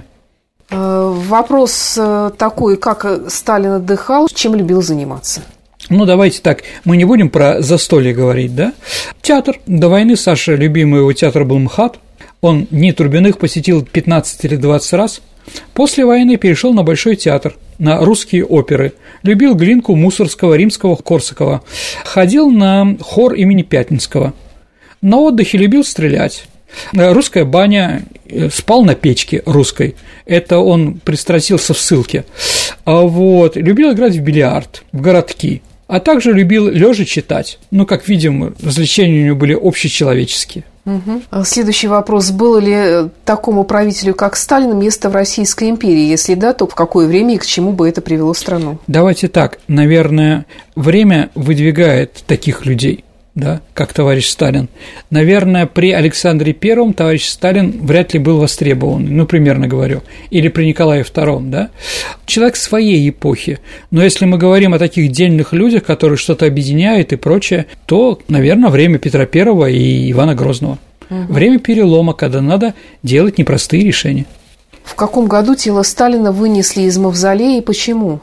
Вопрос такой, как Сталин отдыхал, чем любил заниматься? Ну, давайте так, мы не будем про застолье говорить, да? Театр. До войны Саша, любимый его театр был МХАТ. Он Дни Турбиных посетил 15 или 20 раз. После войны перешел на Большой театр, на русские оперы. Любил Глинку, Мусорского, Римского, Корсакова. Ходил на хор имени Пятницкого. На отдыхе любил стрелять. Русская баня, спал на печке русской, это он пристрастился в ссылке. Вот. Любил играть в бильярд, в городки, а также любил лежа читать. Ну, как видим, развлечения у него были общечеловеческие. Угу. Следующий вопрос. Было ли такому правителю, как Сталин, место в Российской империи? Если да, то в какое время и к чему бы это привело страну? Давайте так, наверное, время выдвигает таких людей. Да, как товарищ Сталин. Наверное, при Александре Первом товарищ Сталин вряд ли был востребован, ну, примерно говорю, или при Николае Втором, да. Человек своей эпохи, но если мы говорим о таких дельных людях, которые что-то объединяют и прочее, то, наверное, время Петра Первого и Ивана Грозного. Время перелома, когда надо делать непростые решения. В каком году тело Сталина вынесли из мавзолея и почему?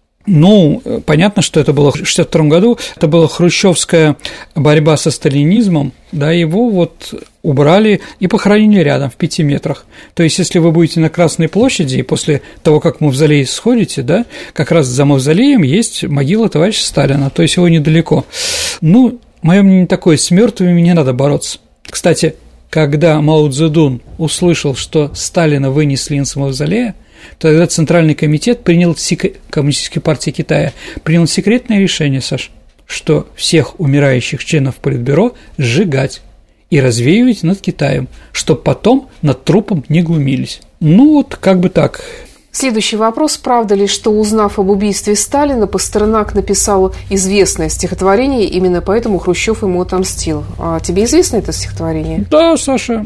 Ну, понятно, что это было в 1962 году, это была хрущевская борьба со сталинизмом, да, его вот убрали и похоронили рядом, в 5 метрах. То есть, если вы будете на Красной площади, и после того, как в мавзолей сходите, да, как раз за мавзолеем есть могила товарища Сталина, то есть его недалеко. Ну, мое мнение такое, с мертвыми не надо бороться. Кстати, когда Мао Цзэдун услышал, что Сталина вынесли из мавзолея, тогда Центральный комитет принял, Коммунистической партии Китая, принял секретное решение, Саш, что всех умирающих членов Политбюро сжигать и развеивать над Китаем, чтобы потом над трупом не глумились. Ну вот, как бы так. Следующий вопрос. Правда ли, что, узнав об убийстве Сталина, Пастернак написал известное стихотворение, именно поэтому Хрущев ему отомстил? А тебе известно это стихотворение? Да, Саша.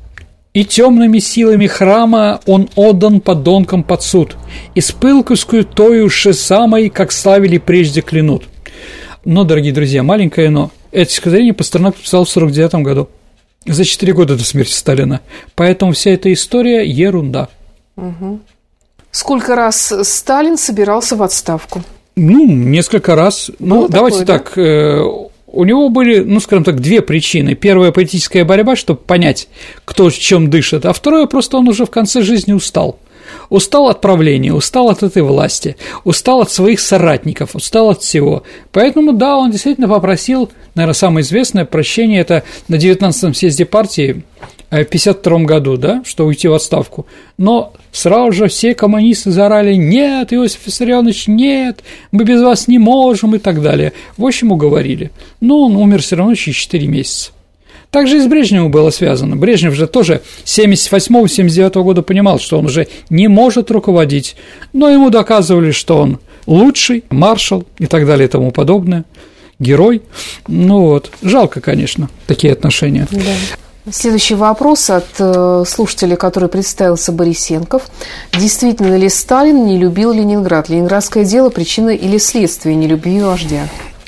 «И темными силами храма он отдан подонкам под суд, и с пылкостью тою же самой, как славили прежде, клянут». Но, дорогие друзья, маленькое «но». Это стихотворение Пастернак написал в 1949 году, за 4 года до смерти Сталина. Поэтому вся эта история – ерунда. Угу. Сколько раз Сталин собирался в отставку? Ну, несколько раз. Ну, давайте такое, так… Да? У него были, ну, скажем так, 2 причины. Первая – политическая борьба, чтобы понять, кто в чем дышит, а второе – просто он уже в конце жизни устал. Устал от правления, устал от этой власти, устал от своих соратников, устал от всего. Поэтому, да, он действительно попросил, наверное, самое известное прощение – это на 19-м съезде партии в 1952 году, да, что уйти в отставку. Но сразу же все коммунисты заорали: «Нет, Иосиф Виссарионович, нет, мы без вас не можем» и так далее. В общем, уговорили. Но он умер все равно через 4 месяца. Также и с Брежневым было связано. Брежнев же тоже с 1978-1979 года понимал, что он уже не может руководить, но ему доказывали, что он лучший, маршал и так далее и тому подобное, герой. Ну вот, жалко, конечно, такие отношения. Да. Следующий вопрос от слушателя, который представился Борисенков. Действительно ли Сталин не любил Ленинград? Ленинградское дело – причина или следствие нелюбви вождя?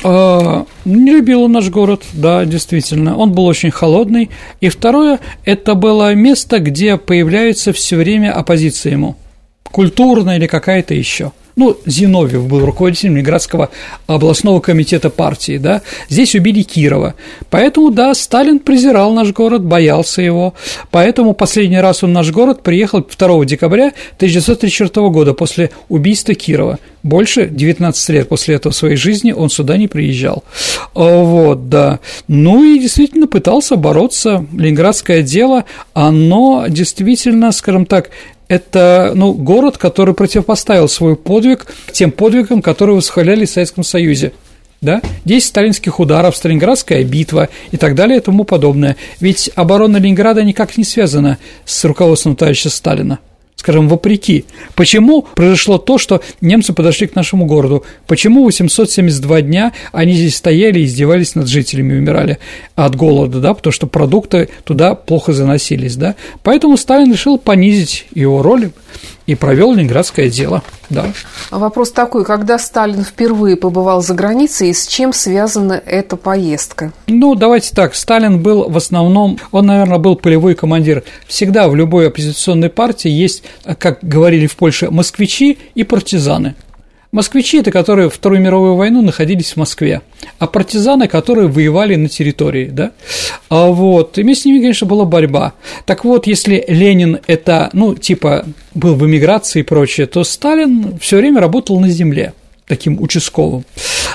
Не любил он наш город, да, действительно. Он был очень холодный. И второе, это было место, где появляется все время оппозиция ему, культурная или какая-то еще. Ну, Зиновьев был руководителем Ленинградского областного комитета партии, да, здесь убили Кирова, поэтому, да, Сталин презирал наш город, боялся его, поэтому последний раз он в наш город приехал 2 декабря 1934 года после убийства Кирова, больше 19 лет после этого своей жизни он сюда не приезжал, вот, да, ну и действительно пытался бороться, ленинградское дело, оно действительно, скажем так, это, ну, город, который противопоставил свой подвиг тем подвигам, которые восхваляли в Советском Союзе. Да? 10 сталинских ударов, Сталинградская битва и так далее и тому подобное. Ведь оборона Ленинграда никак не связана с руководством товарища Сталина. Скажем, вопреки. Почему произошло то, что немцы подошли к нашему городу? Почему 872 дня они здесь стояли и издевались над жителями, умирали от голода, да, потому что продукты туда плохо заносились, да? Поэтому Сталин решил понизить его роль и провел ленинградское дело, да. Вопрос такой, когда Сталин впервые побывал за границей, и с чем связана эта поездка? Ну, давайте так, Сталин был в основном, он, наверное, был полевой командир. Всегда в любой оппозиционной партии есть, как говорили в Польше, москвичи и партизаны. Москвичи – это которые в Вторую мировую войну находились в Москве, а партизаны, которые воевали на территории, да, вот, и с ними, конечно, была борьба. Так вот, если Ленин – это, ну, типа, был в эмиграции и прочее, то Сталин все время работал на земле, таким участковым,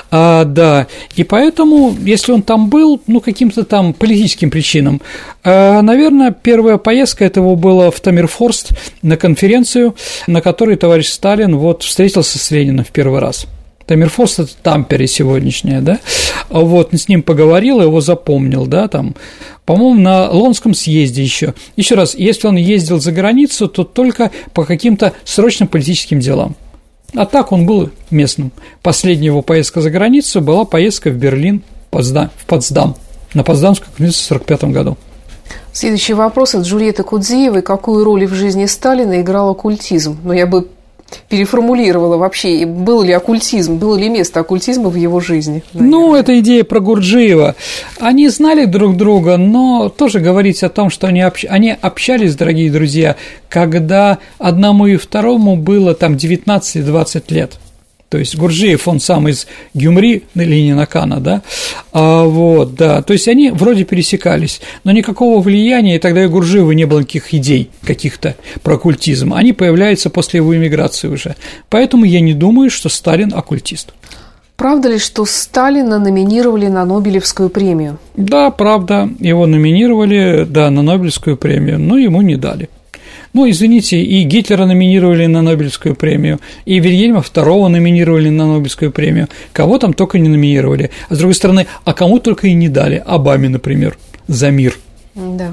да, и поэтому, если он там был, ну, каким-то там политическим причинам, наверное, первая поездка этого была в Таммерфорст на конференцию, на которой товарищ Сталин вот встретился с Лениным в первый раз. Таммерфорст – это Тампере сегодняшняя, да, вот, с ним поговорил, его запомнил, да, там, по-моему, на Лонском съезде еще раз, если он ездил за границу, то только по каким-то срочным политическим делам. А так он был местным. Последняя его поездка за границу была поездка в Берлин, в Потсдам, на Потсдамскую конференцию в 1945 году. Следующий вопрос от Джульетты Кудзиевой. Какую роль в жизни Сталина играл оккультизм? Но я бы переформулировала вообще, был ли оккультизм, было ли место оккультизма в его жизни? Наверное. Ну, это идея про Гурджиева. Они знали друг друга, но тоже говорить о том, что они общались, дорогие друзья, когда одному и второму было там 19-20 лет. То есть Гурджиев, он сам из Гюмри, Ленина Кана, да, вот, да, то есть они вроде пересекались, но никакого влияния, и тогда и Гурджиева не было никаких идей каких-то про оккультизм, они появляются после его эмиграции уже, поэтому я не думаю, что Сталин оккультист. Правда ли, что Сталина номинировали на Нобелевскую премию? Да, правда, его номинировали, да, на Нобелевскую премию, но ему не дали. Ну, извините, и Гитлера номинировали на Нобелевскую премию, и Вильгельма II номинировали на Нобелевскую премию, кого там только не номинировали. А с другой стороны, а кому только и не дали, Обаме, например, за мир. Да.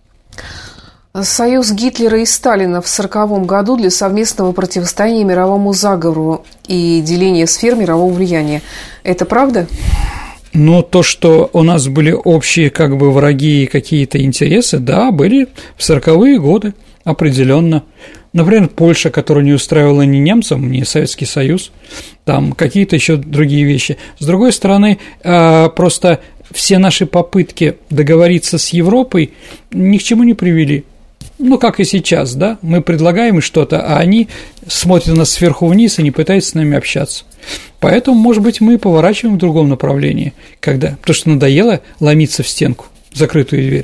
Союз Гитлера и Сталина в 1940 году для совместного противостояния мировому заговору и деления сфер мирового влияния. Это правда? Ну, то, что у нас были общие как бы враги и какие-то интересы, да, были в 40-е годы. Определенно. Например, Польша, которая не устраивала ни немцам, ни Советский Союз, там какие-то еще другие вещи. С другой стороны, просто все наши попытки договориться с Европой ни к чему не привели. Ну, как и сейчас, да, мы предлагаем им что-то, а они смотрят на нас сверху вниз и не пытаются с нами общаться. Поэтому, может быть, мы поворачиваем в другом направлении, потому что надоело ломиться в стенку, в закрытую дверь.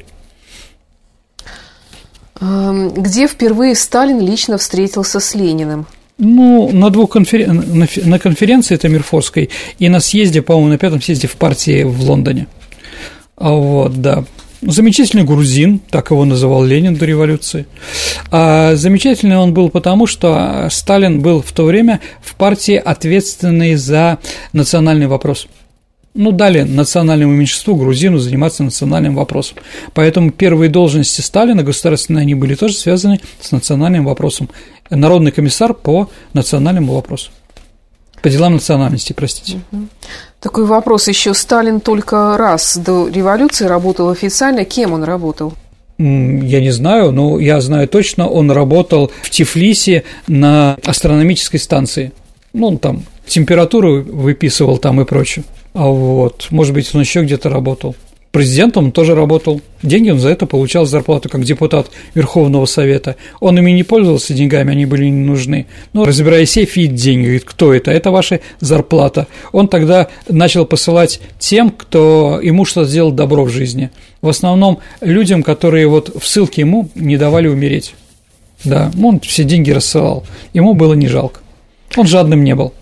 Где впервые Сталин лично встретился с Лениным? Ну, на конференции Таммерфорской и на съезде, по-моему, на 5-м съезде в партии в Лондоне. Вот, да. Замечательный грузин, так его называл Ленин до революции. Замечательный он был потому, что Сталин был в то время в партии, ответственной за национальный вопрос. Ну, дали национальному меньшинству, грузину, заниматься национальным вопросом. Поэтому первые должности Сталина государственные, они были тоже связаны с национальным вопросом. Народный комиссар по национальному вопросу. По делам национальности, простите. Такой вопрос еще. Сталин только раз до революции работал официально. Кем он работал? Я не знаю, но я знаю точно, он работал в Тифлисе на астрономической станции. Ну, он там температуру выписывал там и прочее. Вот. Может быть, он еще где-то работал. Президентом он тоже работал. Деньги он за это получал, зарплату как депутат Верховного Совета. Он ими не пользовался деньгами, они были не нужны. Но, разбирая сейф, видит деньги, говорит, кто это? Это ваша зарплата. Он тогда начал посылать тем, кто ему что-то сделал добро в жизни. В основном людям, которые вот в ссылке ему не давали умереть. Да, он все деньги рассылал. Ему было не жалко. Он жадным не был.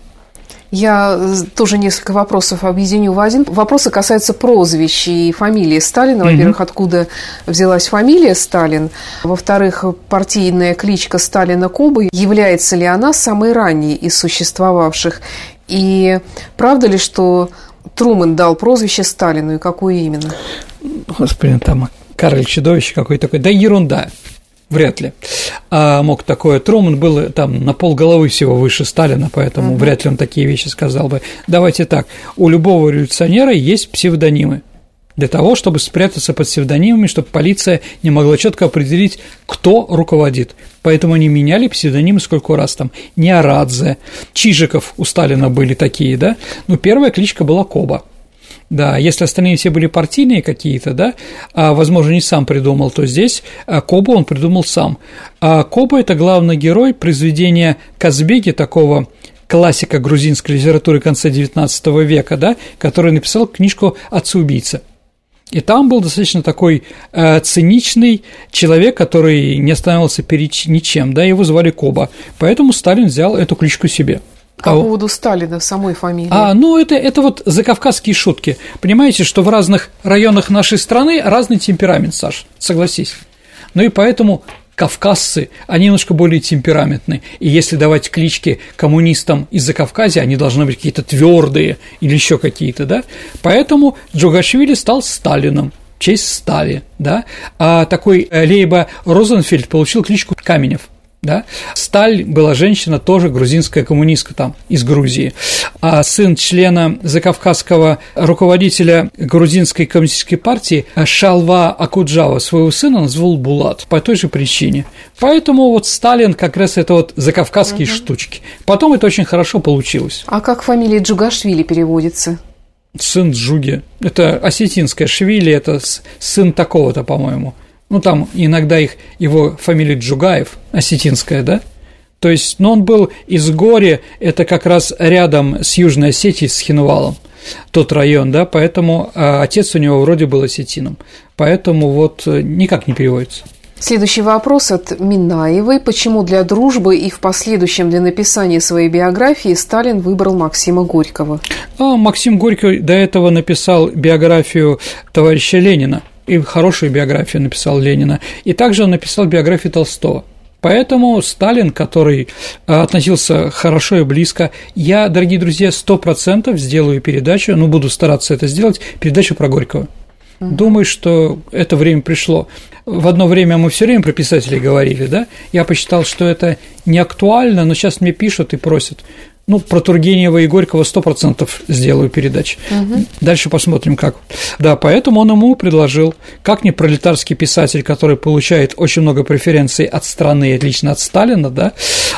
Я тоже несколько вопросов объединю в один. Вопросы касаются прозвищ и фамилии Сталина. Во-первых, откуда взялась фамилия Сталин? Во-вторых, партийная кличка Сталина Коба. Является ли она самой ранней из существовавших? И правда ли, что Трумэн дал прозвище Сталину, и какое именно? Господи, там Карль Чудовище какой-то такой. Да ерунда. Вряд ли мог такое. Трумэн был там на полголовы всего выше Сталина, поэтому вряд ли он такие вещи сказал бы. Давайте так, у любого революционера есть псевдонимы для того, чтобы спрятаться под псевдонимами, чтобы полиция не могла четко определить, кто руководит. Поэтому они меняли псевдонимы сколько раз там. Неорадзе, Чижиков у Сталина были такие, да? Ну, первая кличка была Коба. Да, если остальные все были партийные какие-то, да, возможно, не сам придумал, то здесь Кобу он придумал сам. Коба – это главный герой произведения Казбеги, такого классика грузинской литературы конца XIX века, да, который написал книжку «Отца-убийца». И там был достаточно такой циничный человек, который не останавливался перед ничем, да, его звали Коба, поэтому Сталин взял эту кличку себе. По поводу Сталина, самой фамилии. Ну, это вот закавказские шутки. Понимаете, что в разных районах нашей страны разный темперамент, Саш, согласись. Ну и поэтому кавказцы, они немножко более темпераментны. И если давать клички коммунистам из Закавказья, они должны быть какие-то твердые или еще какие-то, да. Поэтому Джугашвили стал Сталином. В честь Стали, да. А такой Лейба Розенфельд получил кличку Каменев. Да? Сталь была женщина, тоже грузинская коммунистка там, из Грузии, а сын члена закавказского руководителя грузинской коммунистической партии Шалва Акуджава своего сына назвал Булат по той же причине. Поэтому вот Сталин как раз это вот закавказские штучки. Потом это очень хорошо получилось. А как фамилия Джугашвили переводится? Сын Джуги. Это осетинская, Швили – это сын такого-то, по-моему. Ну, там иногда его фамилия Джугаев, осетинская, да? То есть, он был из Гори, это как раз рядом с Южной Осетией, с Хинвалом, тот район, да, поэтому отец у него вроде был осетином, поэтому вот никак не переводится. Следующий вопрос от Минаевой. Почему для дружбы и в последующем для написания своей биографии Сталин выбрал Максима Горького? Максим Горький до этого написал биографию товарища Ленина. И хорошую биографию написал Ленина, и также он написал биографию Толстого. Поэтому Сталин, который относился хорошо и близко, я, дорогие друзья, 100% сделаю передачу, буду стараться это сделать, передачу про Горького. Думаю, что это время пришло. В одно время мы все время про писателей говорили, да? Я посчитал, что это не актуально, но сейчас мне пишут и просят. Про Тургенева и Горького 100% сделаю передачу. Дальше посмотрим, как. Да, поэтому он ему предложил, как не пролетарский писатель, который получает очень много преференций от страны, лично от Сталина, да,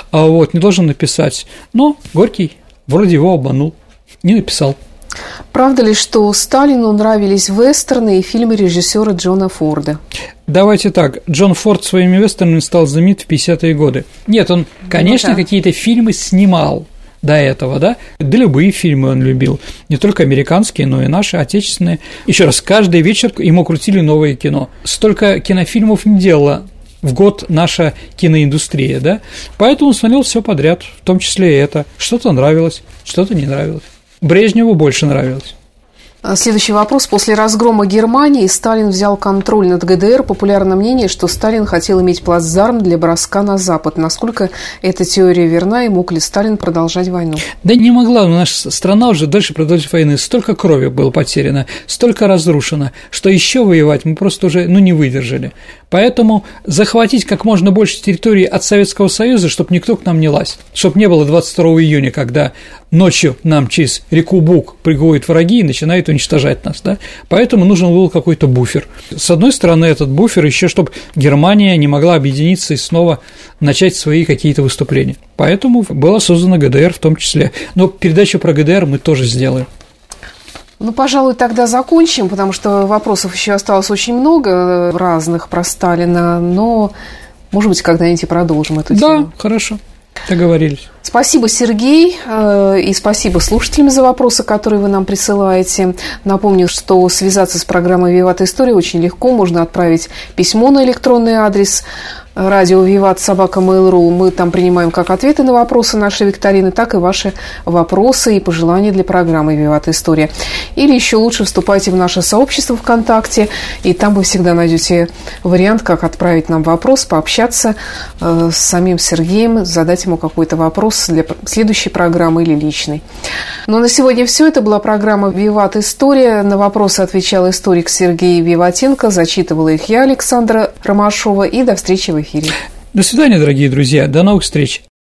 не должен написать. Но Горький вроде его обманул, не написал. Правда ли, что Сталину нравились вестерны и фильмы режиссера Джона Форда? Давайте так, Джон Форд своими вестернами стал знаменит в 50-е годы. Нет, он, конечно, какие-то фильмы снимал до этого, да, любые фильмы он любил, не только американские, но и наши, отечественные. Еще раз, каждый вечер ему крутили новое кино. Столько кинофильмов не делала в год наша киноиндустрия, да, поэтому он смотрел все подряд, в том числе и это. Что-то нравилось, что-то не нравилось. Брежневу больше нравилось. Следующий вопрос. После разгрома Германии Сталин взял контроль над ГДР. Популярно мнение, что Сталин хотел иметь плацдарм для броска на Запад. Насколько эта теория верна, и мог ли Сталин продолжать войну? Да не могла наша страна уже дальше продолжать войны. Столько крови было потеряно, столько разрушено, что еще воевать мы просто уже не выдержали. Поэтому захватить как можно больше территории от Советского Союза, чтобы никто к нам не лазил, чтобы не было 22 июня, когда ночью нам через реку Буг приходят враги и начинают уничтожать нас, да? Поэтому нужен был какой-то буфер. С одной стороны, этот буфер еще, чтобы Германия не могла объединиться и снова начать свои какие-то выступления. Поэтому была создана ГДР в том числе. Но передачу про ГДР мы тоже сделаем. Ну, пожалуй, тогда закончим, потому что вопросов еще осталось очень много разных про Сталина, но, может быть, когда-нибудь и продолжим эту тему. Да, хорошо, договорились. Спасибо, Сергей, и спасибо слушателям за вопросы, которые вы нам присылаете. Напомню, что связаться с программой «Виват История» очень легко. Можно отправить письмо на электронный адрес радио @vivat@mail.ru. Мы там принимаем как ответы на вопросы нашей викторины, так и ваши вопросы и пожелания для программы «Виват История». Или еще лучше вступайте в наше сообщество ВКонтакте, и там вы всегда найдете вариант, как отправить нам вопрос, пообщаться с самим Сергеем, задать ему какой-то вопрос для следующей программы или личной. Ну, на сегодня все. Это была программа «Виват История». На вопросы отвечал историк Сергей Виватенко. Зачитывала их я, Александра Ромашова. И до встречи в эфире. До свидания, дорогие друзья. До новых встреч.